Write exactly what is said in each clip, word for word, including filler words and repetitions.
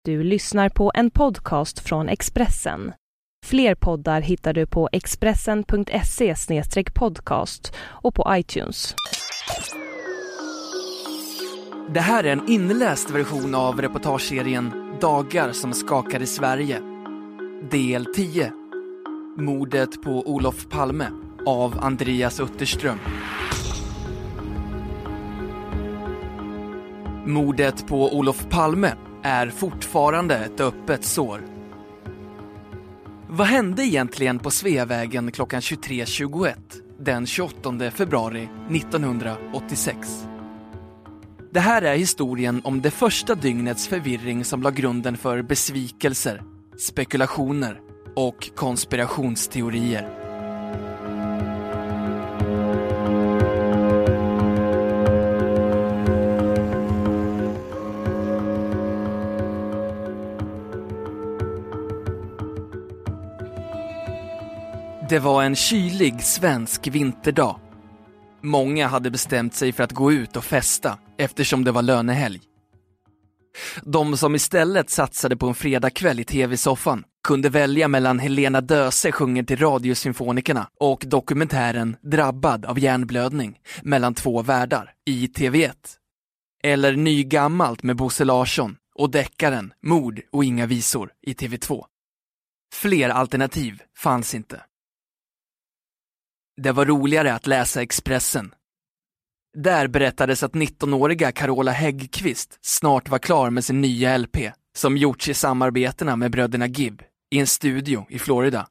Du lyssnar på en podcast från Expressen. Fler poddar hittar du på expressen punkt se slash podcast och på iTunes. Det här är en inläst version av reportageserien Dagar som skakade Sverige. Del tio. Mordet på Olof Palme av Andreas Utterström. Mordet på Olof Palme är fortfarande ett öppet sår. Vad hände egentligen på Sveavägen klockan tjugotre tjugoett den tjugoåttonde februari nittonhundraåttiosex? Det här är historien om det första dygnets förvirring som la grunden för besvikelser, spekulationer och konspirationsteorier. Det var en kylig svensk vinterdag. Många hade bestämt sig för att gå ut och festa eftersom det var lönehelg. De som istället satsade på en fredagkväll i tv-soffan kunde välja mellan Helena Döse sjunger till Radiosymfonikerna och dokumentären Drabbad av hjärnblödning mellan två världar i T V ett. Eller Nygammalt med Bosse Larsson och deckaren Mord och inga visor i T V två. Fler alternativ fanns inte. Det var roligare att läsa Expressen. Där berättades att nittonåriga Carola Häggkvist snart var klar med sin nya L P som gjorts i samarbetena med bröderna Gibb i en studio i Florida.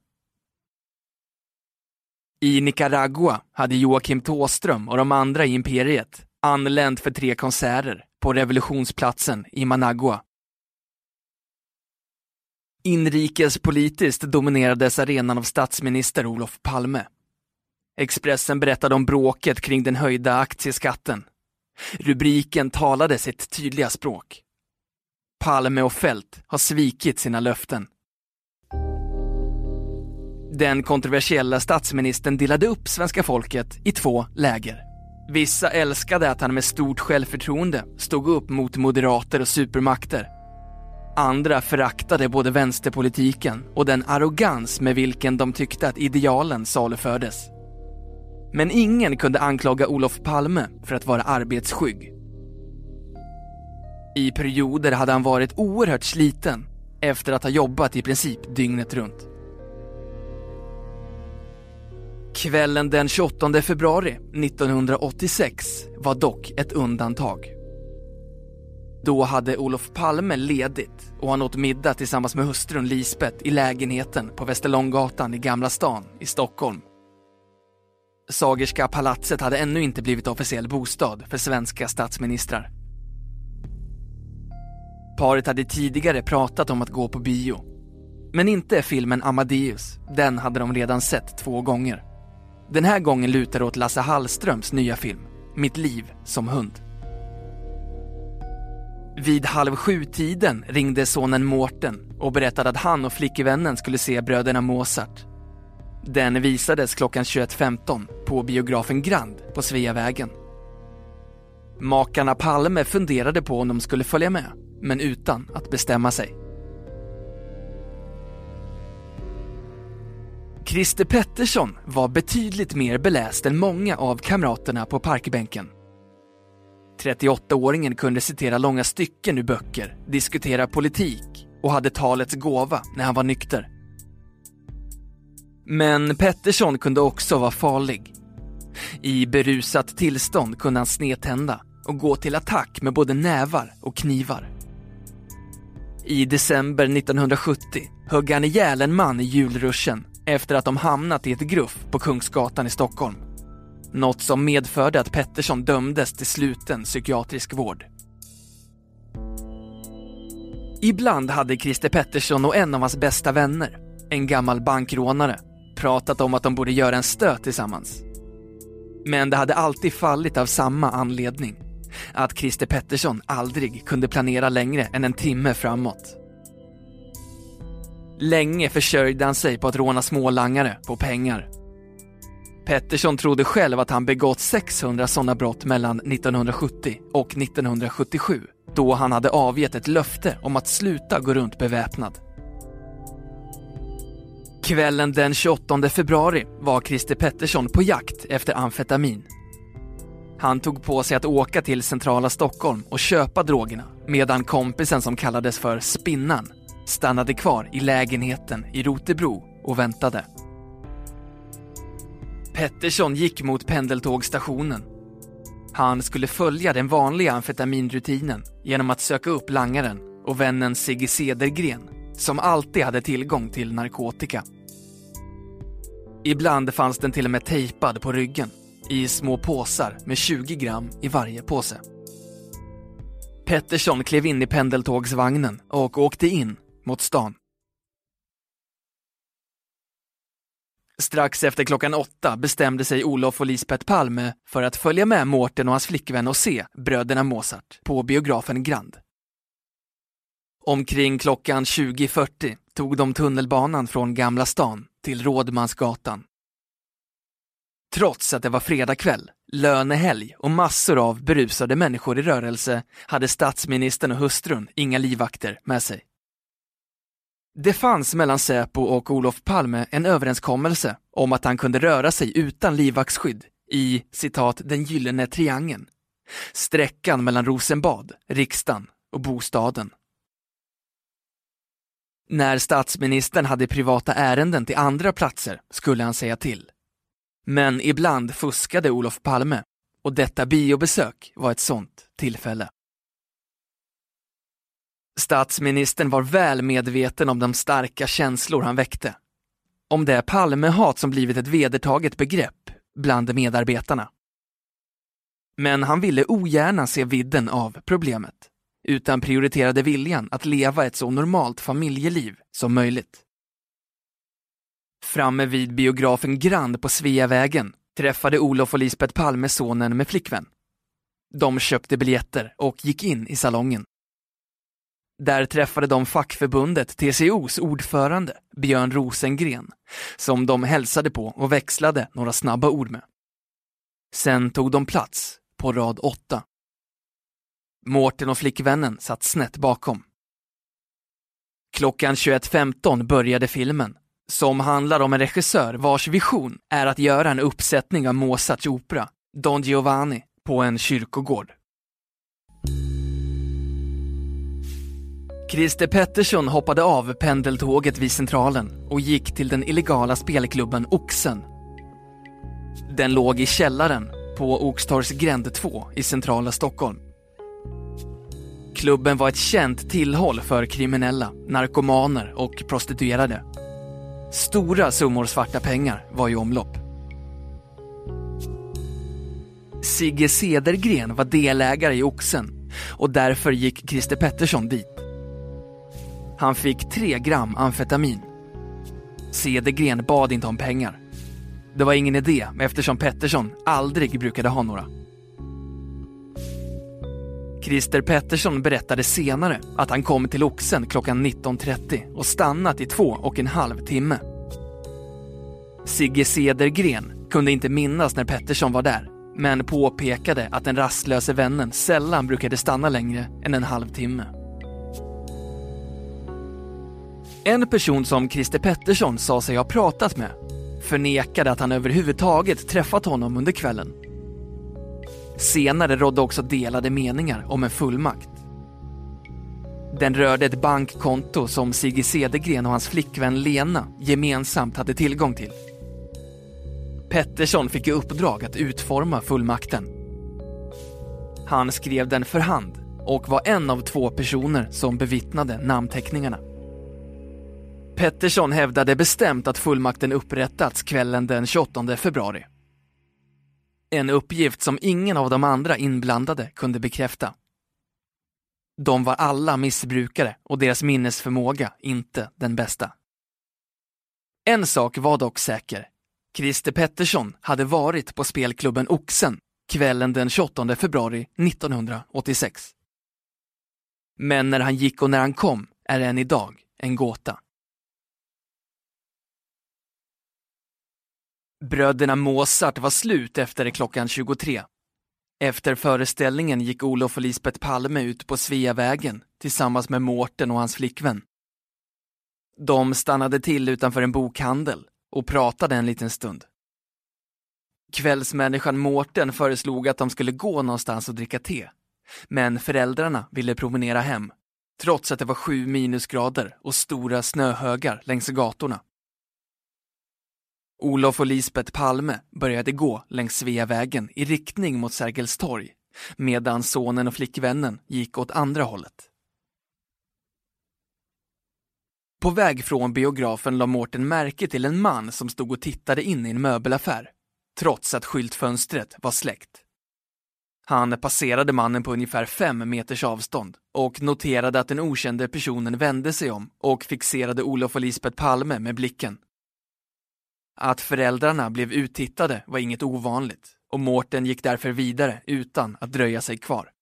I Nicaragua hade Joakim Tåström och de andra i imperiet anlänt för tre konserter på revolutionsplatsen i Managua. Inrikespolitiskt dominerades arenan av statsminister Olof Palme. Expressen berättade om bråket kring den höjda aktieskatten. Rubriken talade sitt tydliga språk. Palme och Fält har svikit sina löften. Den kontroversiella statsministern delade upp svenska folket i två läger. Vissa älskade att han med stort självförtroende stod upp mot moderater och supermakter. Andra föraktade både vänsterpolitiken och den arrogans med vilken de tyckte att idealen salufördes. Men ingen kunde anklaga Olof Palme för att vara arbetsskygg. I perioder hade han varit oerhört sliten efter att ha jobbat i princip dygnet runt. Kvällen den tjugoåttonde februari nittonhundraåttiosex var dock ett undantag. Då hade Olof Palme ledigt och han åt middag tillsammans med hustrun Lisbeth i lägenheten på Västerlånggatan i Gamla stan i Stockholm. Sagerska palatset hade ännu inte blivit officiell bostad för svenska statsministrar. Paret hade tidigare pratat om att gå på bio. Men inte filmen Amadeus, den hade de redan sett två gånger. Den här gången lutar åt Lasse Hallströms nya film, Mitt liv som hund. Vid halv sju-tiden ringde sonen Mårten och berättade att han och flickvännen skulle se bröderna Mozart. Den visades klockan tjugoett femton på biografen Grand på Sveavägen. Makarna Palme funderade på om de skulle följa med, men utan att bestämma sig. Christer Pettersson var betydligt mer beläst än många av kamraterna på parkbänken. trettioåttaåringen kunde citera långa stycken ur böcker, diskutera politik och hade talets gåva när han var nykter. Men Pettersson kunde också vara farlig. I berusat tillstånd kunde han snedtända och gå till attack med både nävar och knivar. I december nittonhundrasjuttio högg han ihjäl en man i julruschen efter att de hamnat i ett gruff på Kungsgatan i Stockholm. Något som medförde att Pettersson dömdes till sluten psykiatrisk vård. Ibland hade Christer Pettersson och en av hans bästa vänner, en gammal bankrånare, pratat om att de borde göra en stöt tillsammans. Men det hade alltid fallit av samma anledning. Att Christer Pettersson aldrig kunde planera längre än en timme framåt. Länge försörjde han sig på att råna smålangare på pengar. Pettersson trodde själv att han begått sexhundra sådana brott mellan nittonhundrasjuttio och nittonhundrasjuttiosju då han hade avgett ett löfte om att sluta gå runt beväpnad. Kvällen den tjugoåttonde februari var Christer Pettersson på jakt efter amfetamin. Han tog på sig att åka till centrala Stockholm och köpa drogerna, medan kompisen som kallades för Spinnan stannade kvar i lägenheten i Rotebro och väntade. Pettersson gick mot pendeltågstationen. Han skulle följa den vanliga amfetaminrutinen genom att söka upp langaren och vännen Sigge Cedergren, som alltid hade tillgång till narkotika. Ibland fanns den till och med tejpad på ryggen i små påsar med tjugo gram i varje påse. Pettersson klev in i pendeltågsvagnen och åkte in mot stan. Strax efter klockan åtta bestämde sig Olof och Lisbeth Palme för att följa med Mårten och hans flickvän och se Bröderna Mozart på biografen Grand. Omkring klockan tjugo fyrtio tog de tunnelbanan från Gamla stan till Rådmansgatan. Trots att det var fredag kväll, lönehelg och massor av berusade människor i rörelse hade statsministern och hustrun inga livvakter med sig. Det fanns mellan Säpo och Olof Palme en överenskommelse om att han kunde röra sig utan livvaktsskydd i, citat, den gyllene triangeln, sträckan mellan Rosenbad, riksdagen och bostaden. När statsministern hade privata ärenden till andra platser skulle han säga till. Men ibland fuskade Olof Palme, och detta biobesök var ett sånt tillfälle. Statsministern var väl medveten om de starka känslor han väckte. Om det Palmehat som blivit ett vedertaget begrepp bland medarbetarna. Men han ville ogärna se vidden av problemet, utan prioriterade viljan att leva ett så normalt familjeliv som möjligt. Framme vid biografen Grand på Sveavägen träffade Olof och Lisbeth Palme sonen med flickvän. De köpte biljetter och gick in i salongen. Där träffade de fackförbundet T C O:s ordförande Björn Rosengren, som de hälsade på och växlade några snabba ord med. Sen tog de plats på rad åtta. Mårten och flickvännen satt snett bakom. Klockan tjugoett femton började filmen, som handlar om en regissör vars vision är att göra en uppsättning av Mozarts opera Don Giovanni på en kyrkogård. Christer Pettersson hoppade av pendeltåget vid centralen och gick till den illegala spelklubben Oxen. Den låg i källaren på Oxtorgs gränd två i centrala Stockholm. Klubben var ett känt tillhåll för kriminella, narkomaner och prostituerade. Stora summor svarta pengar var i omlopp. Sigge Cedergren var delägare i Oxen och därför gick Christer Pettersson dit. Han fick tre gram amfetamin. Cedergren bad inte om pengar. Det var ingen idé eftersom Pettersson aldrig brukade ha några. Christer Pettersson berättade senare att han kom till Oxen klockan nitton trettio och stannat i två och en halv timme. Sigge Cedergren kunde inte minnas när Pettersson var där, men påpekade att den rastlöse vännen sällan brukade stanna längre än en halv timme. En person som Christer Pettersson sa sig ha pratat med förnekade att han överhuvudtaget träffat honom under kvällen. Senare rådde också delade meningar om en fullmakt. Den rörde ett bankkonto som Sigge Cedergren och hans flickvän Lena gemensamt hade tillgång till. Pettersson fick i uppdrag att utforma fullmakten. Han skrev den för hand och var en av två personer som bevittnade namnteckningarna. Pettersson hävdade bestämt att fullmakten upprättats kvällen den tjugoåttonde februari. En uppgift som ingen av de andra inblandade kunde bekräfta. De var alla missbrukare och deras minnesförmåga inte den bästa. En sak var dock säker. Christer Pettersson hade varit på spelklubben Oxen kvällen den tjugoåttonde februari nittonhundraåttiosex. Men när han gick och när han kom är än idag en gåta. Bröderna Mozart var slut efter klockan tjugotre. Efter föreställningen gick Olof och Lisbeth Palme ut på Sveavägen tillsammans med Mårten och hans flickvän. De stannade till utanför en bokhandel och pratade en liten stund. Kvällsmänniskan Mårten föreslog att de skulle gå någonstans och dricka te, men föräldrarna ville promenera hem, trots att det var sju minusgrader och stora snöhögar längs gatorna. Olof och Lisbeth Palme började gå längs Sveavägen i riktning mot Sergels torg, medan sonen och flickvännen gick åt andra hållet. På väg från biografen la Mårten märke till en man som stod och tittade in i en möbelaffär, trots att skyltfönstret var släckt. Han passerade mannen på ungefär fem meters avstånd och noterade att den okände personen vände sig om och fixerade Olof och Lisbeth Palme med blicken. Att föräldrarna blev uttittade var inget ovanligt och Mårten gick därför vidare utan att dröja sig kvar.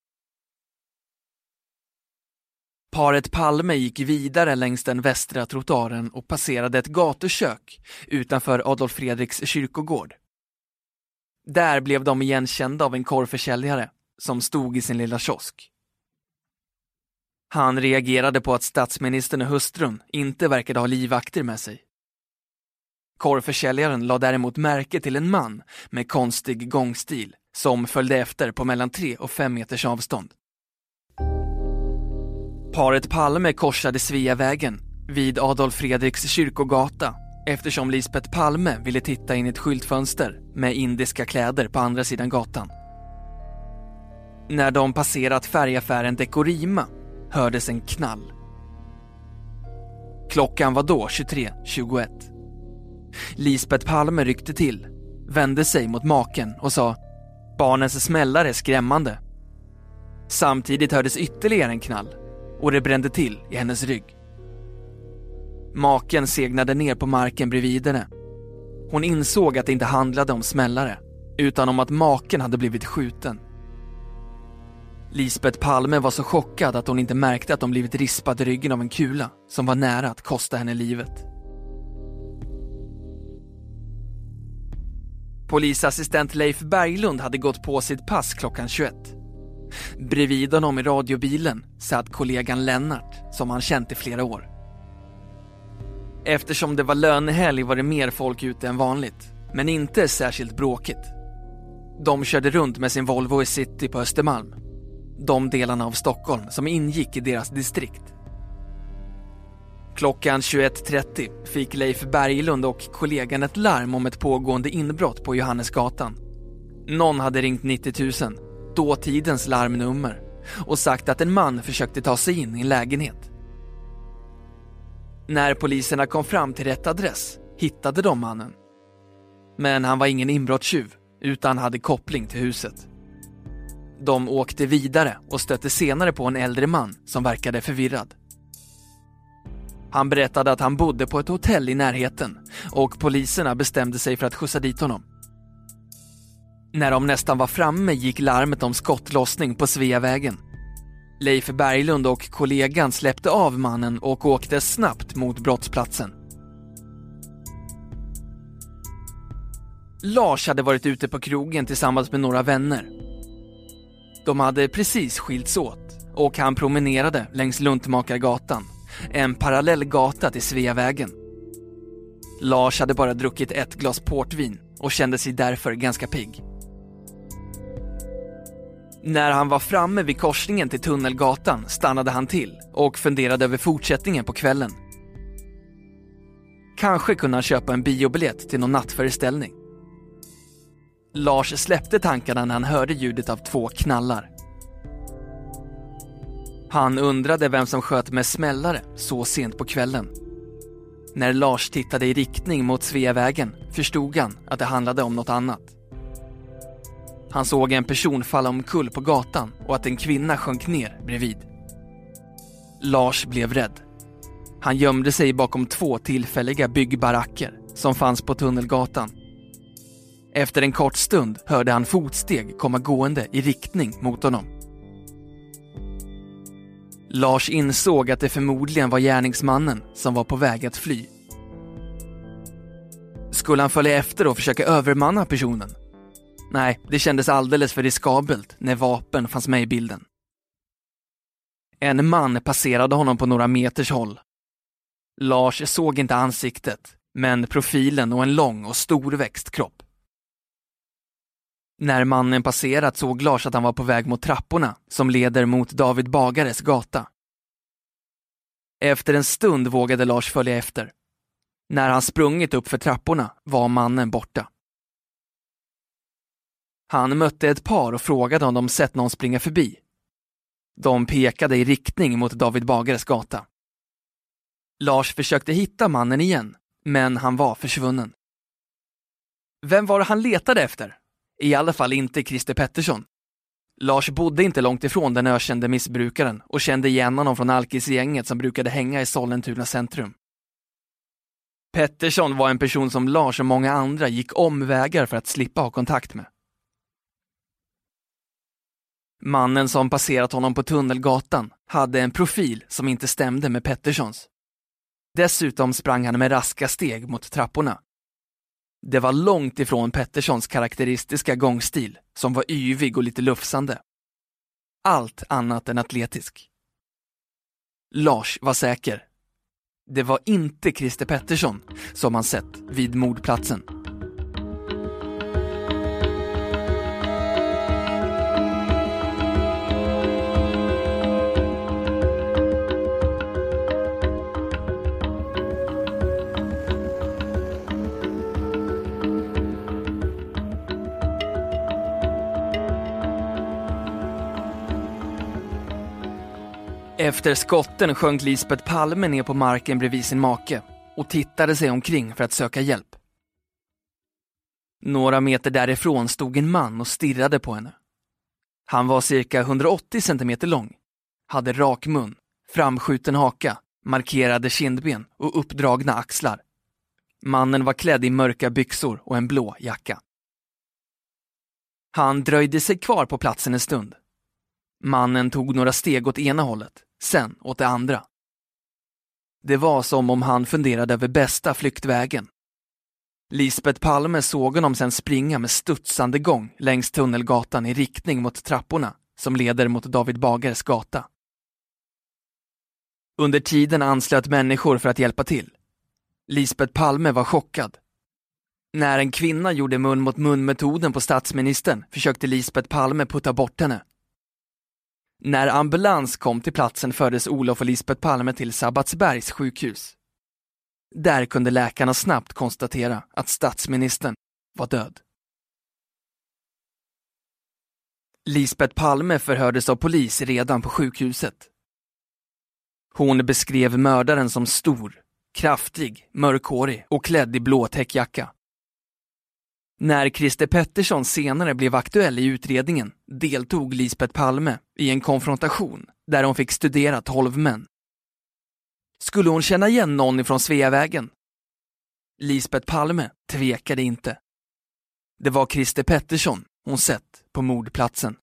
Paret Palme gick vidare längs den västra trottoaren och passerade ett gatukök utanför Adolf Fredriks kyrkogård. Där blev de igenkända av en korvförsäljare som stod i sin lilla kiosk. Han reagerade på att statsministern och hustrun inte verkade ha livvakter med sig. Korvförsäljaren la däremot märke till en man med konstig gångstil som följde efter på mellan tre och fem meters avstånd. Paret Palme korsade Sveavägen vid Adolf Fredriks kyrkogata eftersom Lisbeth Palme ville titta in i ett skyltfönster med indiska kläder på andra sidan gatan. När de passerat färgaffären Dekorima hördes en knall. Klockan var då tjugotre tjugoett. Lisbeth Palme ryckte till, vände sig mot maken och sa: "Barnens smällare är skrämmande." Samtidigt hördes ytterligare en knall och det brände till i hennes rygg. Maken segnade ner på marken bredvid henne. Hon insåg att det inte handlade om smällare utan om att maken hade blivit skjuten. Lisbeth Palme var så chockad att hon inte märkte att hon blivit rispad i ryggen av en kula som var nära att kosta henne livet. Polisassistent Leif Berglund hade gått på sitt pass klockan tjugoett. Bredvid honom i radiobilen satt kollegan Lennart som han känt i flera år. Eftersom det var lönehelg var det mer folk ute än vanligt, men inte särskilt bråkigt. De körde runt med sin Volvo i city på Östermalm, de delarna av Stockholm som ingick i deras distrikt. Klockan tjugoett trettio fick Leif Berglund och kollegan ett larm om ett pågående inbrott på Johannesgatan. Någon hade ringt nittio tusen, dåtidens larmnummer, och sagt att en man försökte ta sig in i en lägenhet. När poliserna kom fram till rätt adress hittade de mannen. Men han var ingen inbrottstjuv utan hade koppling till huset. De åkte vidare och stötte senare på en äldre man som verkade förvirrad. Han berättade att han bodde på ett hotell i närheten och poliserna bestämde sig för att skjutsa dit honom. När de nästan var framme gick larmet om skottlossning på Sveavägen. Leif Berglund och kollegan släppte av mannen och åkte snabbt mot brottsplatsen. Lars hade varit ute på krogen tillsammans med några vänner. De hade precis skilts åt och han promenerade längs Luntmakargatan, en parallell gata till Sveavägen. Lars hade bara druckit ett glas portvin och kände sig därför ganska pigg. När han var framme vid korsningen till Tunnelgatan stannade han till och funderade över fortsättningen på kvällen. Kanske kunde han köpa en biobiljett till någon nattföreställning. Lars släppte tankarna när han hörde ljudet av två knallar. Han undrade vem som sköt med smällare så sent på kvällen. När Lars tittade i riktning mot Sveavägen förstod han att det handlade om något annat. Han såg en person falla omkull på gatan och att en kvinna sjönk ner bredvid. Lars blev rädd. Han gömde sig bakom två tillfälliga byggbaracker som fanns på Tunnelgatan. Efter en kort stund hörde han fotsteg komma gående i riktning mot honom. Lars insåg att det förmodligen var gärningsmannen som var på väg att fly. Skulle han följa efter och försöka övermanna personen? Nej, det kändes alldeles för riskabelt när vapen fanns med i bilden. En man passerade honom på några meters håll. Lars såg inte ansiktet, men profilen och en lång och storväxt kropp. När mannen passerat såg Lars att han var på väg mot trapporna som leder mot David Bagares gata. Efter en stund vågade Lars följa efter. När han sprungit upp för trapporna var mannen borta. Han mötte ett par och frågade om de sett någon springa förbi. De pekade i riktning mot David Bagares gata. Lars försökte hitta mannen igen, men han var försvunnen. Vem var det han letade efter? I alla fall inte Christer Pettersson. Lars bodde inte långt ifrån den ökände missbrukaren och kände igen honom från alkisgänget som brukade hänga i Sollentuna centrum. Pettersson var en person som Lars och många andra gick omvägar för att slippa ha kontakt med. Mannen som passerat honom på Tunnelgatan hade en profil som inte stämde med Petterssons. Dessutom sprang han med raska steg mot trapporna. Det var långt ifrån Petterssons karaktäristiska gångstil som var yvig och lite lufsande. Allt annat än atletisk. Lars var säker. Det var inte Christer Pettersson som han sett vid mordplatsen. Efter skotten sjönk Lisbeth Palme ner på marken bredvid sin make och tittade sig omkring för att söka hjälp. Några meter därifrån stod en man och stirrade på henne. Han var cirka hundraåttio centimeter lång, hade rak mun, framskjuten haka, markerade kindben och uppdragna axlar. Mannen var klädd i mörka byxor och en blå jacka. Han dröjde sig kvar på platsen en stund. Mannen tog några steg åt ena hållet, sen åt det andra. Det var som om han funderade över bästa flyktvägen. Lisbeth Palme såg honom sen springa med studsande gång längs Tunnelgatan i riktning mot trapporna som leder mot David Bagares gata. Under tiden anslöt människor för att hjälpa till. Lisbeth Palme var chockad. När en kvinna gjorde mun mot mun-metoden på statsministern försökte Lisbeth Palme putta bort henne. När ambulans kom till platsen fördes Olof och Lisbeth Palme till Sabbatsbergs sjukhus. Där kunde läkarna snabbt konstatera att statsministern var död. Lisbeth Palme förhördes av polis redan på sjukhuset. Hon beskrev mördaren som stor, kraftig, mörkhårig och klädd i blå täckjacka. När Christer Pettersson senare blev aktuell i utredningen deltog Lisbeth Palme i en konfrontation där hon fick studera tolv män. Skulle hon känna igen någon ifrån Sveavägen? Lisbeth Palme tvekade inte. Det var Christer Pettersson hon sett på mordplatsen.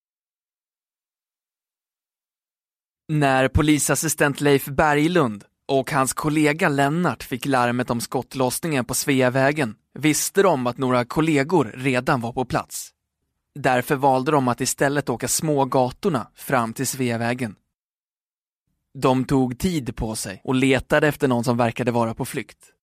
När polisassistent Leif Berglund och hans kollega Lennart fick larmet om skottlossningen på Sveavägen visste de att några kollegor redan var på plats. Därför valde de att istället åka små gatorna fram till Sveavägen. De tog tid på sig och letade efter någon som verkade vara på flykt.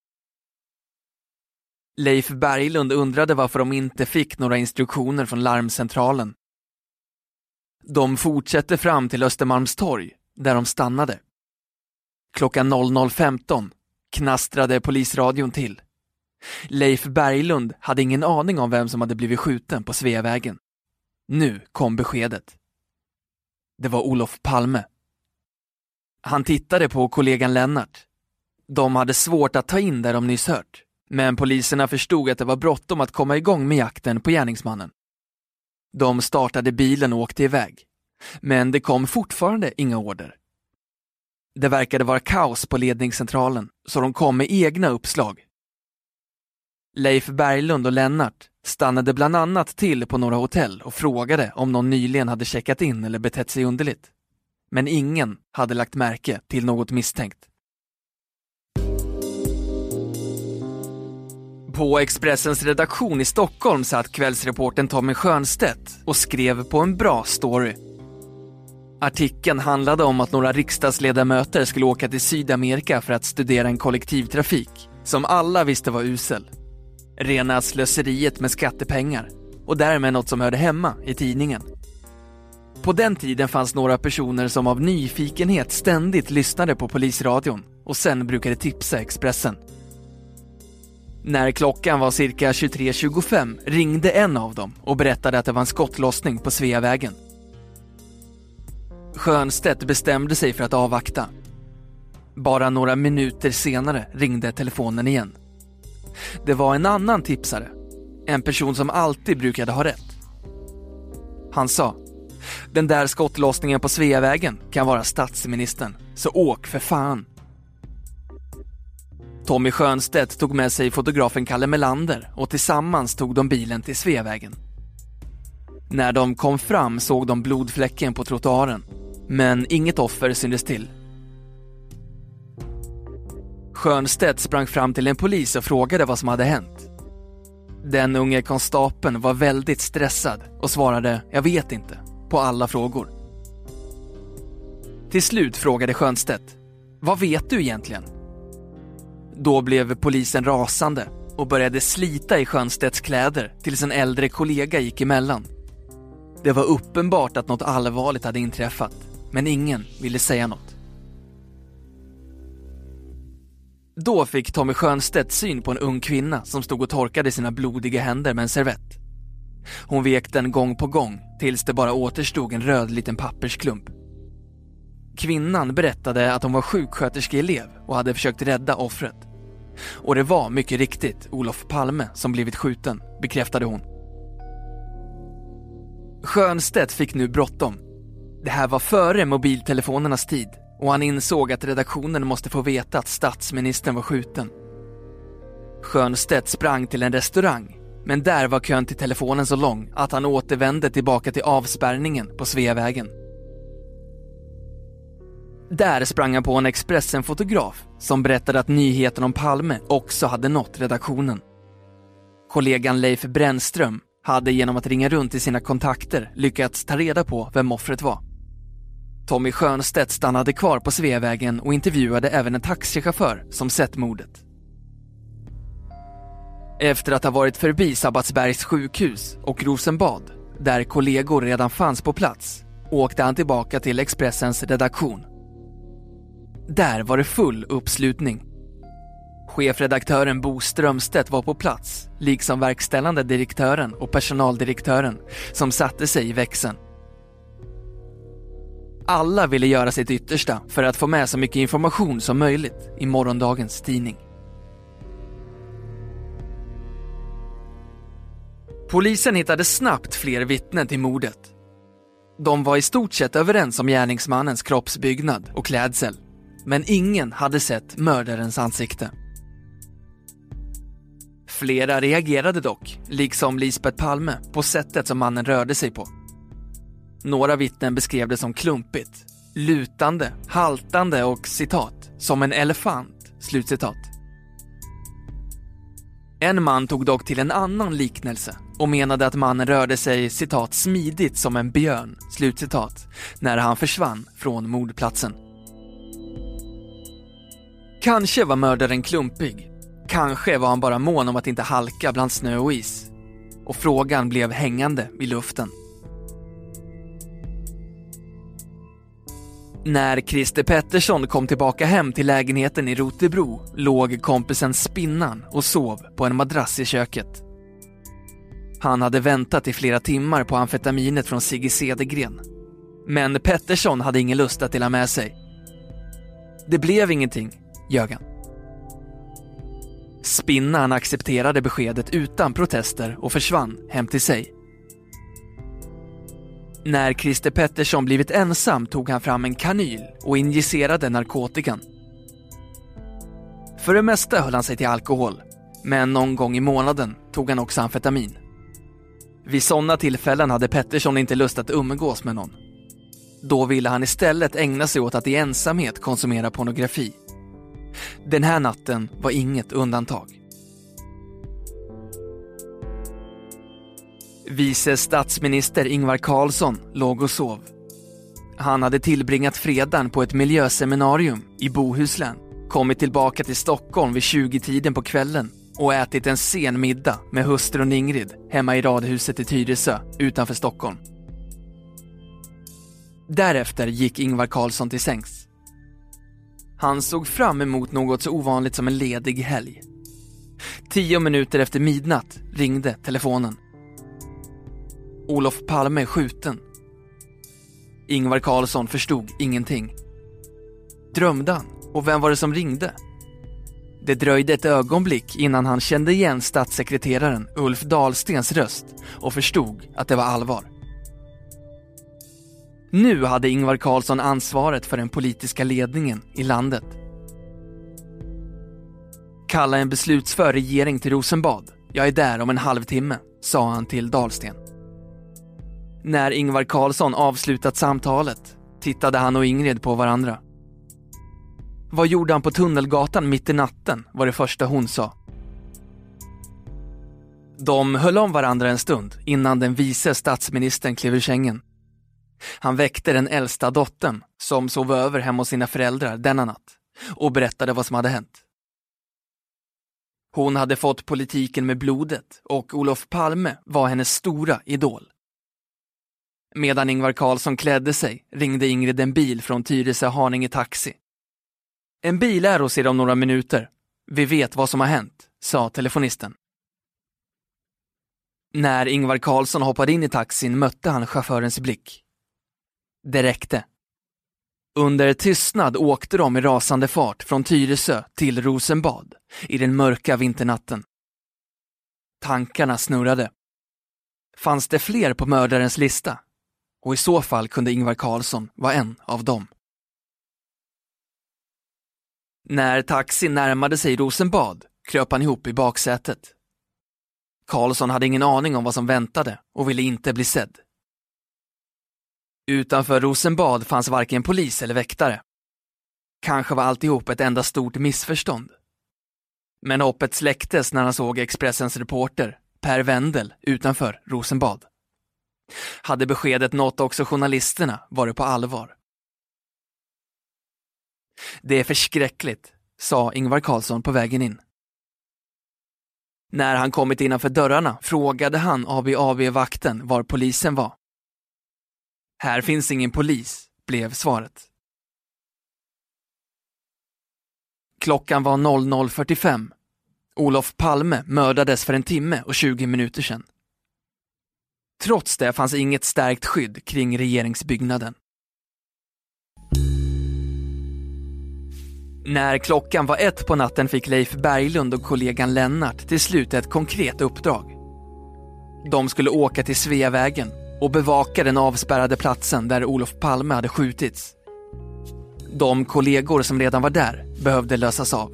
Leif Berglund undrade varför de inte fick några instruktioner från larmcentralen. De fortsatte fram till Östermalmstorg där de stannade. Klockan noll noll femton knastrade polisradion till. Leif Berglund hade ingen aning om vem som hade blivit skjuten på Sveavägen. Nu kom beskedet. Det var Olof Palme. Han tittade på kollegan Lennart. De hade svårt att ta in där de nyss hört, men poliserna förstod att det var bråttom att komma igång med jakten på gärningsmannen. De startade bilen och åkte iväg, men det kom fortfarande inga order. Det verkade vara kaos på ledningscentralen, så de kom med egna uppslag. Leif Berglund och Lennart stannade bland annat till på några hotell och frågade om någon nyligen hade checkat in eller betett sig underligt. Men ingen hade lagt märke till något misstänkt. På Expressens redaktion i Stockholm satt kvällsreportern Tommy Schönstedt och skrev på en bra story. Artikeln handlade om att några riksdagsledamöter skulle åka till Sydamerika för att studera en kollektivtrafik som alla visste var usel. Rena slöseriet med skattepengar och därmed något som hörde hemma i tidningen. På den tiden fanns några personer som av nyfikenhet ständigt lyssnade på polisradion och sen brukade tipsa Expressen. När klockan var cirka tjugotre tjugofem ringde en av dem och berättade att det var en skottlossning på Sveavägen. Schönstedt bestämde sig för att avvakta. Bara några minuter senare ringde telefonen igen. Det var en annan tipsare, en person som alltid brukade ha rätt. Han sa: den där skottlossningen på Sveavägen kan vara statsministern, så åk för fan. Tommy Schönstedt tog med sig fotografen Kalle Melander och tillsammans tog de bilen till Sveavägen. När de kom fram såg de blodfläcken på trottoaren, men inget offer syntes till. Schönstedt sprang fram till en polis och frågade vad som hade hänt. Den unge konstapeln var väldigt stressad och svarade "jag vet inte" på alla frågor. Till slut frågade Schönstedt: "Vad vet du egentligen?" Då blev polisen rasande och började slita i Schönstedts kläder tills en äldre kollega gick emellan. Det var uppenbart att något allvarligt hade inträffat, men ingen ville säga något. Då fick Tommy Schönstedt syn på en ung kvinna som stod och torkade sina blodiga händer med en servett. Hon vek den gång på gång tills det bara återstod en röd liten pappersklump. Kvinnan berättade att hon var sjuksköterskeelev och hade försökt rädda offret. Och det var mycket riktigt Olof Palme som blivit skjuten, bekräftade hon. Schönstedt fick nu bråttom. Det här var före mobiltelefonernas tid och han insåg att redaktionen måste få veta att statsministern var skjuten. Schönstedt sprang till en restaurang, men där var kön till telefonen så lång att han återvände tillbaka till avspärrningen på Sveavägen. Där sprang han på en Expressen-fotograf som berättade att nyheten om Palme också hade nått redaktionen. Kollegan Leif Brännström hade genom att ringa runt i sina kontakter lyckats ta reda på vem offret var. Tommy Schönstedt stannade kvar på Sveavägen och intervjuade även en taxichaufför som sett mordet. Efter att ha varit förbi Sabbatsbergs sjukhus och Rosenbad, där kollegor redan fanns på plats, åkte han tillbaka till Expressens redaktion. Där var det full uppslutning. Chefredaktören Bo Strömstedt var på plats, liksom verkställande direktören och personaldirektören som satte sig i växeln. Alla ville göra sitt yttersta för att få med så mycket information som möjligt i morgondagens tidning. Polisen hittade snabbt fler vittnen till mordet. De var i stort sett överens om gärningsmannens kroppsbyggnad och klädsel, men ingen hade sett mördarens ansikte. Flera reagerade dock, liksom Lisbeth Palme, på sättet som mannen rörde sig på. Några vittnen beskrev det som klumpigt, lutande, haltande och citat, som en elefant, slutcitat. En man tog dock till en annan liknelse och menade att mannen rörde sig, citat, smidigt som en björn, slutcitat, när han försvann från mordplatsen. Kanske var mördaren klumpig, kanske var han bara mån om att inte halka bland snö och is. Och frågan blev hängande i luften. När Christer Pettersson kom tillbaka hem till lägenheten i Rotebro låg kompisen Spinnan och sov på en madrass i köket. Han hade väntat i flera timmar på amfetaminet från Sigge Cedergren. Men Pettersson hade ingen lust att dela med sig. Det blev ingenting, ljög han. Spinnan accepterade beskedet utan protester och försvann hem till sig. När Christer Pettersson blivit ensam tog han fram en kanyl och injicerade narkotikan. För det mesta höll han sig till alkohol, men någon gång i månaden tog han också amfetamin. Vid sådana tillfällen hade Pettersson inte lust att umgås med någon. Då ville han istället ägna sig åt att i ensamhet konsumera pornografi. Den här natten var inget undantag. Vice statsminister Ingvar Carlsson låg och sov. Han hade tillbringat fredagen på ett miljöseminarium i Bohuslän, kommit tillbaka till Stockholm vid tjugo-tiden på kvällen och ätit en sen middag med hustrun Ingrid hemma i radhuset i Tyresö utanför Stockholm. Därefter gick Ingvar Carlsson till sängs. Han såg fram emot något så ovanligt som en ledig helg. Tio minuter efter midnatt ringde telefonen. Olof Palme är skjuten. Ingvar Carlsson förstod ingenting. Drömde han? Och vem var det som ringde? Det dröjde ett ögonblick innan han kände igen statssekreteraren Ulf Dahlstens röst och förstod att det var allvar. Nu hade Ingvar Carlsson ansvaret för den politiska ledningen i landet. Kalla en beslutsför regering till Rosenbad. Jag är där om en halvtimme, sa han till Dahlsten. När Ingvar Carlsson avslutat samtalet tittade han och Ingrid på varandra. Vad gjorde han på Tunnelgatan mitt i natten, var det första hon sa. De höll om varandra en stund innan den vice statsministern klev ur sängen. Han väckte den äldsta dottern som sov över hemma hos sina föräldrar denna natt och berättade vad som hade hänt. Hon hade fått politiken med blodet och Olof Palme var hennes stora idol. Medan Ingvar Carlsson klädde sig ringde Ingrid en bil från Tyresö Haninge Taxi. En bil är hos er om några minuter. Vi vet vad som har hänt, sa telefonisten. När Ingvar Carlsson hoppade in i taxin mötte han chaufförens blick. Det räckte. Under tystnad åkte de i rasande fart från Tyresö till Rosenbad i den mörka vinternatten. Tankarna snurrade. Fanns det fler på mördarens lista? Och i så fall kunde Ingvar Carlsson vara en av dem. När taxin närmade sig Rosenbad kröp han ihop i baksätet. Carlsson hade ingen aning om vad som väntade och ville inte bli sedd. Utanför Rosenbad fanns varken polis eller väktare. Kanske var alltihop ett enda stort missförstånd. Men hoppet släcktes när han såg Expressens reporter Per Wendel utanför Rosenbad. Hade beskedet nått också journalisterna var det på allvar. Det är förskräckligt, sa Ingvar Carlsson på vägen in. När han kommit innanför dörrarna frågade han A B A B-vakten var polisen var. Här finns ingen polis, blev svaret. Klockan var noll noll fyrtiofem. Olof Palme mördades för en timme och tjugo minuter sedan. Trots det fanns inget starkt skydd kring regeringsbyggnaden. När klockan var ett på natten fick Leif Berglund och kollegan Lennart till slut ett konkret uppdrag. De skulle åka till Sveavägen och bevaka den avspärrade platsen där Olof Palme hade skjutits. De kollegor som redan var där behövde lösas av.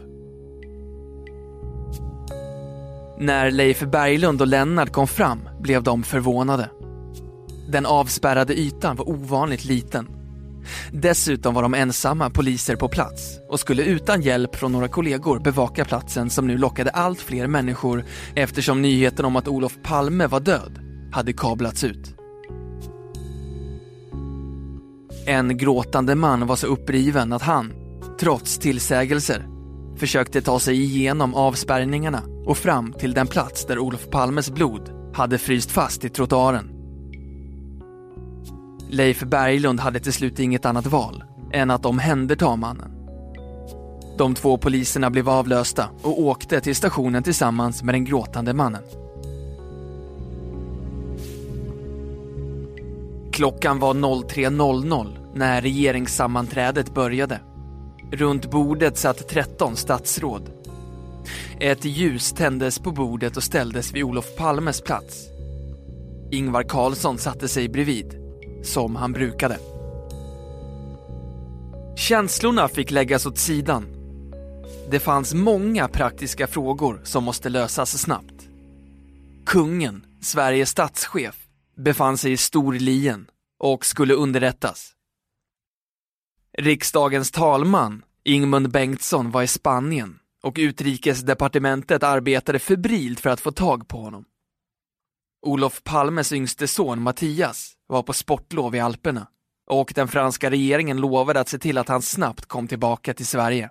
När Leif Berglund och Lennart kom fram blev de förvånade. Den avspärrade ytan var ovanligt liten. Dessutom var de ensamma poliser på plats och skulle utan hjälp från några kollegor bevaka platsen som nu lockade allt fler människor eftersom nyheten om att Olof Palme var död hade kablats ut. En gråtande man var så uppriven att han, trots tillsägelser, försökte ta sig igenom avspärrningarna och fram till den plats där Olof Palmes blod hade fryst fast i trottoaren. Leif Berglund hade till slut inget annat val än att omhänderta mannen. De två poliserna blev avlösta och åkte till stationen tillsammans med den gråtande mannen. Klockan var noll tre noll noll när regeringssammanträdet började. Runt bordet satt tretton statsråd. Ett ljus tändes på bordet och ställdes vid Olof Palmes plats. Ingvar Carlsson satte sig bredvid, som han brukade. Känslorna fick läggas åt sidan. Det fanns många praktiska frågor som måste lösas snabbt. Kungen, Sveriges statschef, befann sig i Storlien och skulle underrättas. Riksdagens talman, Ingemund Bengtsson, var i Spanien och utrikesdepartementet arbetade febrilt för att få tag på honom. Olof Palmes yngste son Mattias var på sportlov i Alperna och den franska regeringen lovade att se till att han snabbt kom tillbaka till Sverige.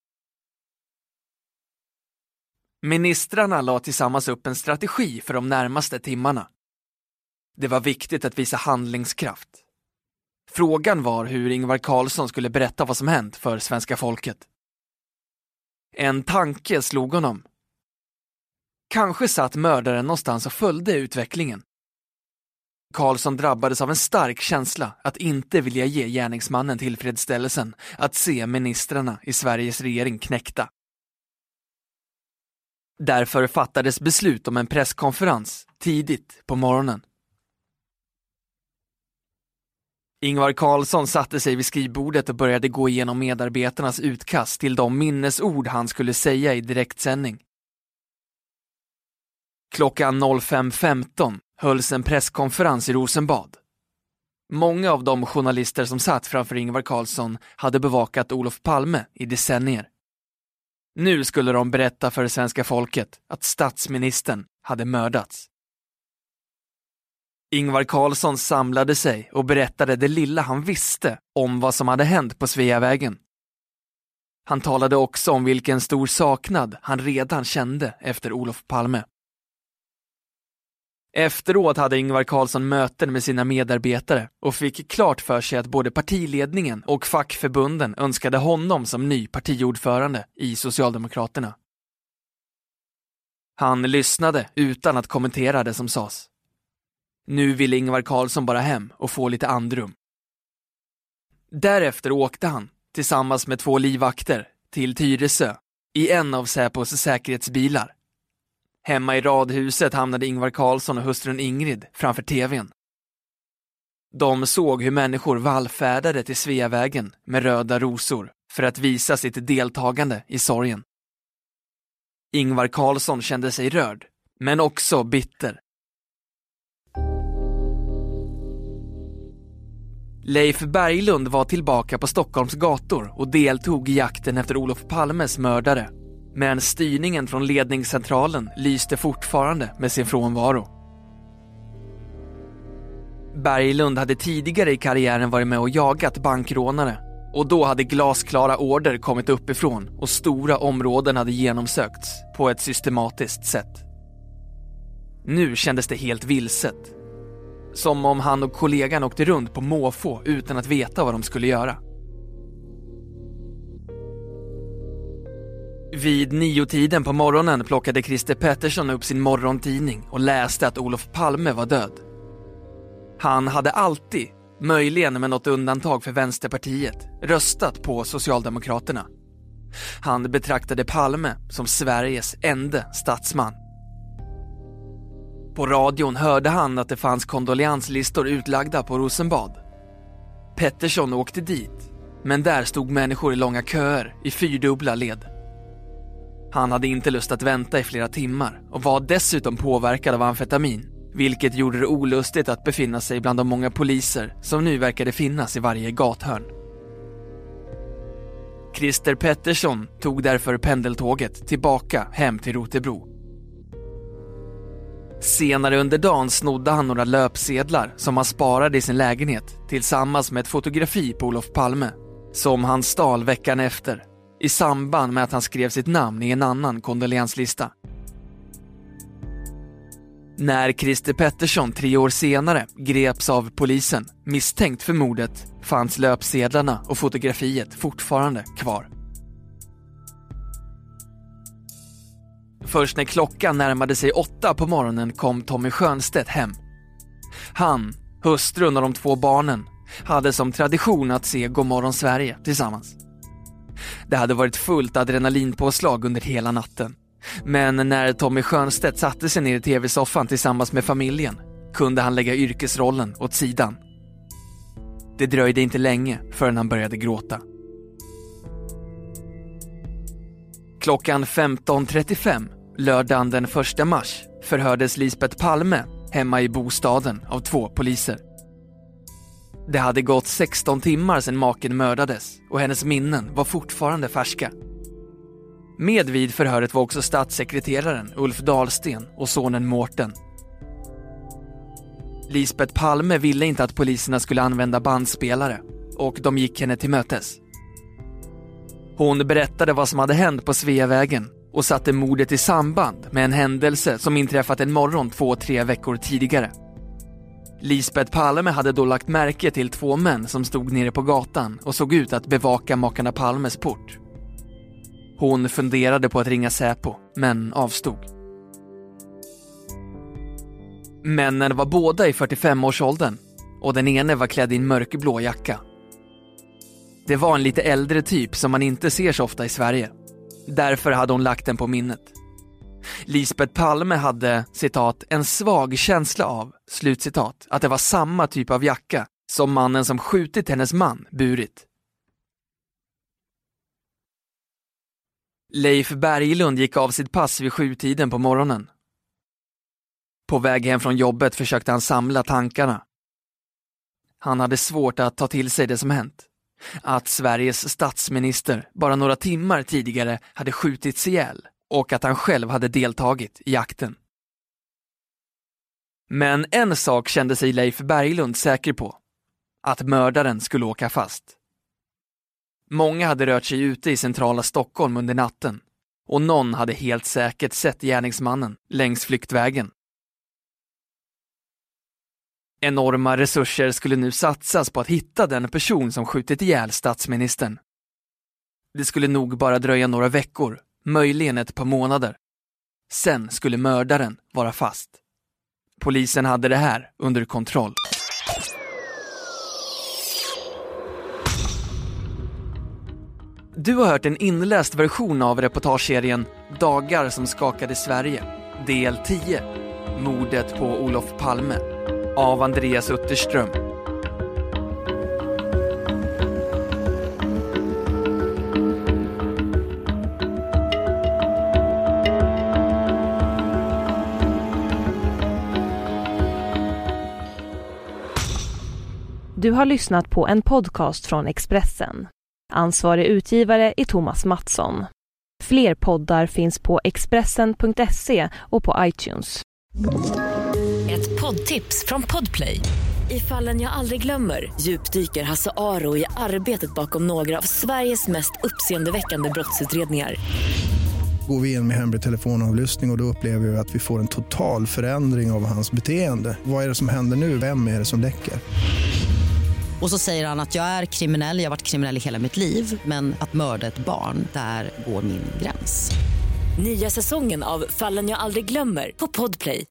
Ministrarna la tillsammans upp en strategi för de närmaste timmarna. Det var viktigt att visa handlingskraft. Frågan var hur Ingvar Carlsson skulle berätta vad som hänt för svenska folket. En tanke slog honom. Kanske satt mördaren någonstans och följde utvecklingen. Carlsson drabbades av en stark känsla att inte vilja ge gärningsmannen tillfredsställelsen att se ministrarna i Sveriges regering knäckta. Därför fattades beslut om en presskonferens tidigt på morgonen. Ingvar Carlsson satte sig vid skrivbordet och började gå igenom medarbetarnas utkast till de minnesord han skulle säga i direktsändning. Klockan fem femton hölls en presskonferens i Rosenbad. Många av de journalister som satt framför Ingvar Carlsson hade bevakat Olof Palme i decennier. Nu skulle de berätta för svenska folket att statsministern hade mördats. Ingvar Carlsson samlade sig och berättade det lilla han visste om vad som hade hänt på Sveavägen. Han talade också om vilken stor saknad han redan kände efter Olof Palme. Efteråt hade Ingvar Carlsson möten med sina medarbetare och fick klart för sig att både partiledningen och fackförbunden önskade honom som ny partiordförande i Socialdemokraterna. Han lyssnade utan att kommentera det som sades. Nu ville Ingvar Carlsson bara hem och få lite andrum. Därefter åkte han, tillsammans med två livvakter, till Tyresö i en av Säpos säkerhetsbilar. Hemma i radhuset hamnade Ingvar Carlsson och hustrun Ingrid framför tvn. De såg hur människor vallfärdade till Sveavägen med röda rosor för att visa sitt deltagande i sorgen. Ingvar Carlsson kände sig rörd, men också bitter. Leif Berglund var tillbaka på Stockholms gator och deltog i jakten efter Olof Palmes mördare. Men styrningen från ledningscentralen lyste fortfarande med sin frånvaro. Berglund hade tidigare i karriären varit med och jagat bankrånare, och då hade glasklara order kommit uppifrån och stora områden hade genomsökts på ett systematiskt sätt. Nu kändes det helt vilset. Som om han och kollegan åkte runt på måfå utan att veta vad de skulle göra. Vid niotiden på morgonen plockade Christer Pettersson upp sin morgontidning och läste att Olof Palme var död. Han hade alltid, möjligen med något undantag för Vänsterpartiet, röstat på Socialdemokraterna. Han betraktade Palme som Sveriges enda statsman. På radion hörde han att det fanns kondoleanslistor utlagda på Rosenbad. Pettersson åkte dit, men där stod människor i långa köer i fyrdubbla led. Han hade inte lust att vänta i flera timmar och var dessutom påverkad av amfetamin, vilket gjorde det olustigt att befinna sig bland de många poliser som nu verkade finnas i varje gathörn. Christer Pettersson tog därför pendeltåget tillbaka hem till Rotebro. Senare under dagen snodde han några löpsedlar som han sparade i sin lägenhet tillsammans med ett fotografi på Olof Palme, som han stal veckan efter i samband med att han skrev sitt namn i en annan kondolenslista. När Christer Pettersson tre år senare greps av polisen misstänkt för mordet fanns löpsedlarna och fotografiet fortfarande kvar. Först när klockan närmade sig åtta på morgonen kom Tommy Schönstedt hem. Han, hustrun och de två barnen hade som tradition att se Godmorgon Sverige tillsammans. Det hade varit fullt adrenalinpåslag under hela natten. Men när Tommy Schönstedt satte sig ner i tv-soffan tillsammans med familjen kunde han lägga yrkesrollen åt sidan. Det dröjde inte länge förrän han började gråta. Klockan femton trettiofem, lördagen den första mars, förhördes Lisbeth Palme hemma i bostaden av två poliser. Det hade gått sexton timmar sedan maken mördades och hennes minnen var fortfarande färska. Med vid förhöret var också statssekreteraren Ulf Dahlsten och sonen Mårten. Lisbeth Palme ville inte att poliserna skulle använda bandspelare och de gick henne till mötes. Hon berättade vad som hade hänt på Sveavägen och satte mordet i samband med en händelse som inträffat en morgon två, tre veckor tidigare. Lisbeth Palme hade då lagt märke till två män som stod nere på gatan och såg ut att bevaka makarna Palmes port. Hon funderade på att ringa Säpo, men avstod. Männen var båda i fyrtiofem-årsåldern och den ene var klädd i en mörkblå jacka. Det var en lite äldre typ som man inte ser så ofta i Sverige. Därför hade hon lagt den på minnet. Lisbeth Palme hade, citat, en svag känsla av, slutcitat, att det var samma typ av jacka som mannen som skjutit hennes man burit. Leif Berglund gick av sitt pass vid sjutiden på morgonen. På väg hem från jobbet försökte han samla tankarna. Han hade svårt att ta till sig det som hänt. Att Sveriges statsminister bara några timmar tidigare hade skjutits ihjäl och att han själv hade deltagit i jakten. Men en sak kände sig Leif Berglund säker på. Att mördaren skulle åka fast. Många hade rört sig ute i centrala Stockholm under natten och någon hade helt säkert sett gärningsmannen längs flyktvägen. Enorma resurser skulle nu satsas på att hitta den person som skjutit ihjäl statsministern. Det skulle nog bara dröja några veckor, möjligen ett par månader. Sen skulle mördaren vara fast. Polisen hade det här under kontroll. Du har hört en inläst version av reportageserien Dagar som skakade Sverige, del tio, mordet på Olof Palme, av Andreas Utterström. Du har lyssnat på en podcast från Expressen. Ansvarig utgivare är Thomas Mattsson. Fler poddar finns på expressen punkt se och på iTunes. Ett poddtips från Podplay. I Fallen jag aldrig glömmer djupdyker Hasse Aro i arbetet bakom några av Sveriges mest uppseendeväckande brottsutredningar. Går vi in med hemlig telefonavlyssning och, och då upplever vi att vi får en total förändring av hans beteende. Vad är det som händer nu? Vem är det som läcker? Och så säger han att jag är kriminell, jag har varit kriminell i hela mitt liv. Men att mörda ett barn, där går min gräns. Nya säsongen av Fallen jag aldrig glömmer på Podplay.